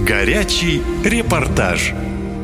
Горячий репортаж.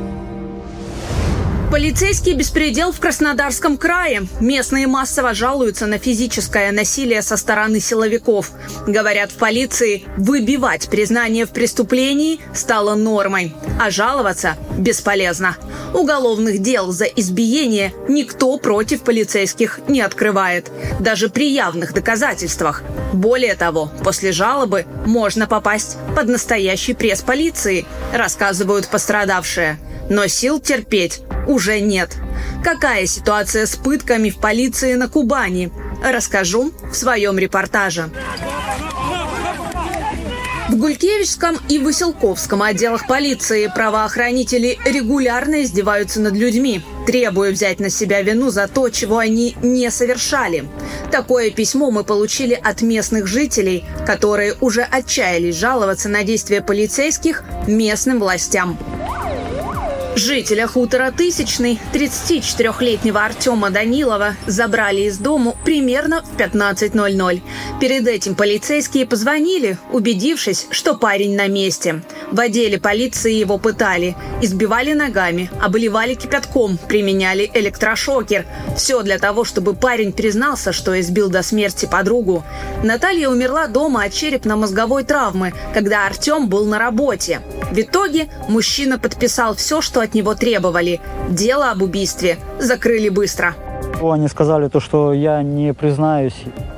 Полицейский беспредел в Краснодарском крае. Местные массово жалуются на физическое насилие со стороны силовиков. Говорят в полиции, выбивать признание в преступлении стало нормой, а жаловаться бесполезно. Уголовных дел за избиение никто против полицейских не открывает, даже при явных доказательствах. Более того, после жалобы можно попасть под настоящий пресс полиции, рассказывают пострадавшие. Но сил терпеть уже нет. Какая ситуация с пытками в полиции на Кубани? Расскажу в своем репортаже. В Гулькевичском и Василковском отделах полиции правоохранители регулярно издеваются над людьми, требуя взять на себя вину за то, чего они не совершали. Такое письмо мы получили от местных жителей, которые уже отчаялись жаловаться на действия полицейских местным властям. Жителя хутора Тысячный, 34-летнего Артема Данилова, забрали из дому примерно в 15:00. Перед этим полицейские позвонили, убедившись, что парень на месте. В отделе полиции его пытали, избивали ногами, обливали кипятком, применяли электрошокер. Все для того, чтобы парень признался, что избил до смерти подругу. Наталья умерла дома от черепно-мозговой травмы, когда Артем был на работе. В итоге мужчина подписал все, что от него требовали. Дело об убийстве закрыли быстро. Они сказали, что я не признаюсь,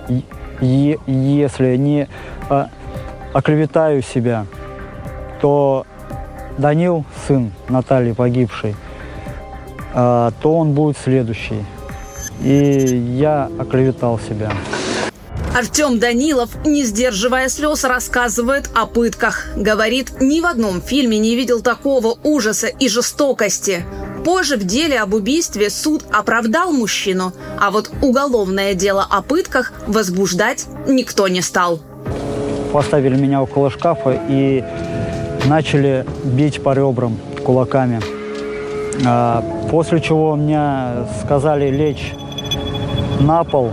если не оклеветаю себя, то Данил, сын Натальи погибшей, то он будет следующий. И я оклеветал себя. Артем Данилов, не сдерживая слез, рассказывает о пытках. Говорит, ни в одном фильме не видел такого ужаса и жестокости. Позже в деле об убийстве суд оправдал мужчину, а вот уголовное дело о пытках возбуждать никто не стал. Поставили меня около шкафа и начали бить по ребрам кулаками. После чего мне сказали лечь на пол,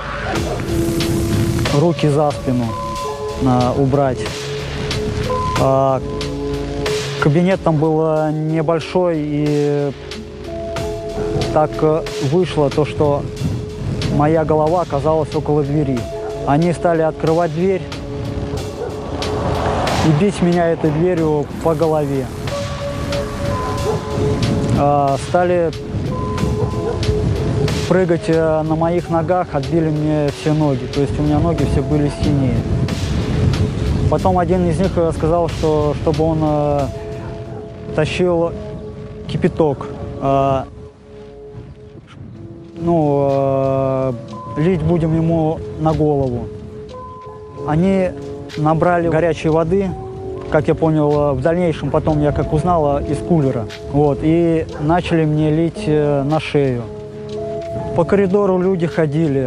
руки за спину убрать. Кабинет там был небольшой, и так вышло то, что моя голова оказалась около двери. Они стали открывать дверь и бить меня этой дверью по голове. Стали прыгать на моих ногах, отбили мне все ноги. То есть у меня ноги все были синие. Потом один из них сказал, что чтобы он тащил кипяток. Лить будем ему на голову. Они набрали горячей воды, как я понял, в дальнейшем, потом я как узнала, из кулера. И начали мне лить на шею. По коридору люди ходили.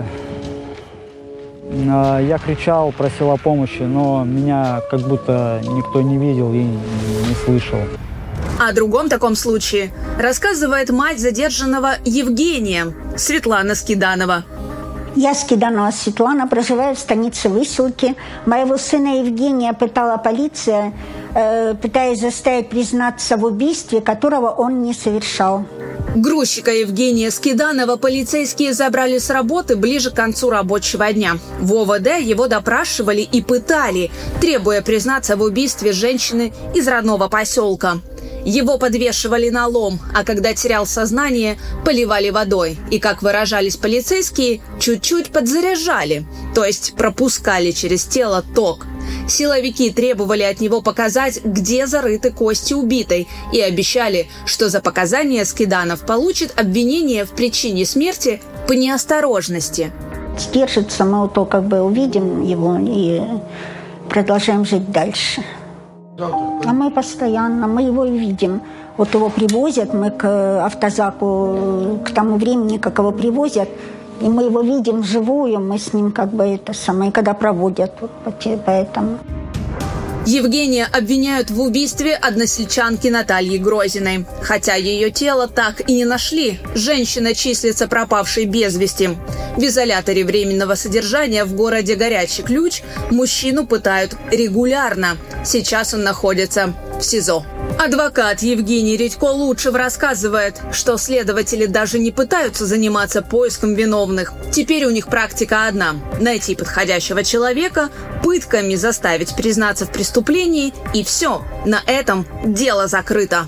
Я кричал, просил о помощи, но меня как будто никто не видел и не слышал. О другом таком случае рассказывает мать задержанного Евгения, Светлана Скиданова. Я Скиданова Светлана, проживаю в станице Выселки. Моего сына Евгения пытала полиция, пытаясь заставить признаться в убийстве, которого он не совершал. Грузчика Евгения Скиданова полицейские забрали с работы ближе к концу рабочего дня. В ОВД его допрашивали и пытали, требуя признаться в убийстве женщины из родного поселка. Его подвешивали на лом, а когда терял сознание, поливали водой. И, как выражались полицейские, чуть-чуть подзаряжали, то есть пропускали через тело ток. Силовики требовали от него показать, где зарыты кости убитой, и обещали, что за показания Скиданов получит обвинение в причине смерти по неосторожности. Держится, мы увидим его и продолжаем жить дальше. А мы постоянно, мы его видим. Его привозят, мы к автозаку, к тому времени, как его привозят, и мы его видим вживую, мы с ним когда проводят, поэтому. Евгения обвиняют в убийстве односельчанки Натальи Грозиной. Хотя ее тело так и не нашли, женщина числится пропавшей без вести. В изоляторе временного содержания в городе Горячий Ключ мужчину пытают регулярно. Сейчас он находится в СИЗО. Адвокат Евгений Редько Лучшев рассказывает, что следователи даже не пытаются заниматься поиском виновных. Теперь у них практика одна – найти подходящего человека, пытками заставить признаться в преступлении, и все, на этом дело закрыто.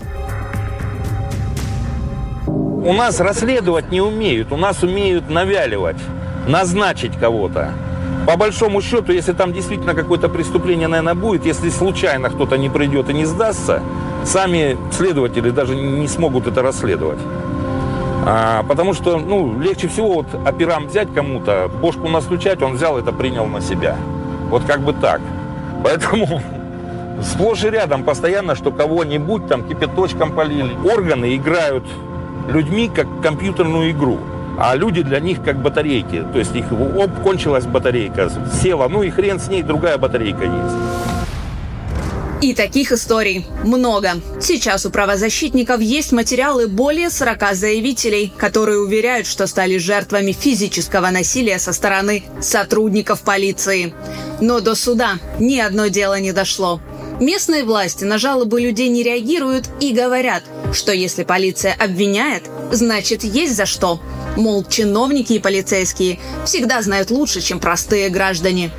У нас расследовать не умеют, у нас умеют навяливать, назначить кого-то. По большому счету, если там действительно какое-то преступление, наверное, будет, если случайно кто-то не придет и не сдастся, сами следователи даже не смогут это расследовать. Потому что, легче всего вот операм взять кому-то, бошку настучать, он взял это, принял на себя. Вот как бы так. Поэтому сплошь и рядом постоянно, что кого-нибудь там кипяточком полили. Органы играют людьми как компьютерную игру. А люди для них как батарейки. То есть их кончилась батарейка, села, и хрен с ней, другая батарейка есть. И таких историй много. Сейчас у правозащитников есть материалы более 40 заявителей, которые уверяют, что стали жертвами физического насилия со стороны сотрудников полиции. Но до суда ни одно дело не дошло. Местные власти на жалобы людей не реагируют и говорят, что если полиция обвиняет, значит есть за что. Мол, чиновники и полицейские всегда знают лучше, чем простые граждане.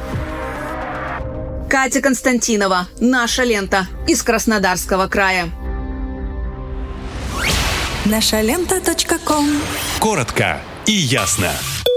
Катя Константинова, «Наша лента», из Краснодарского края. Нашалента.ком. Коротко и ясно.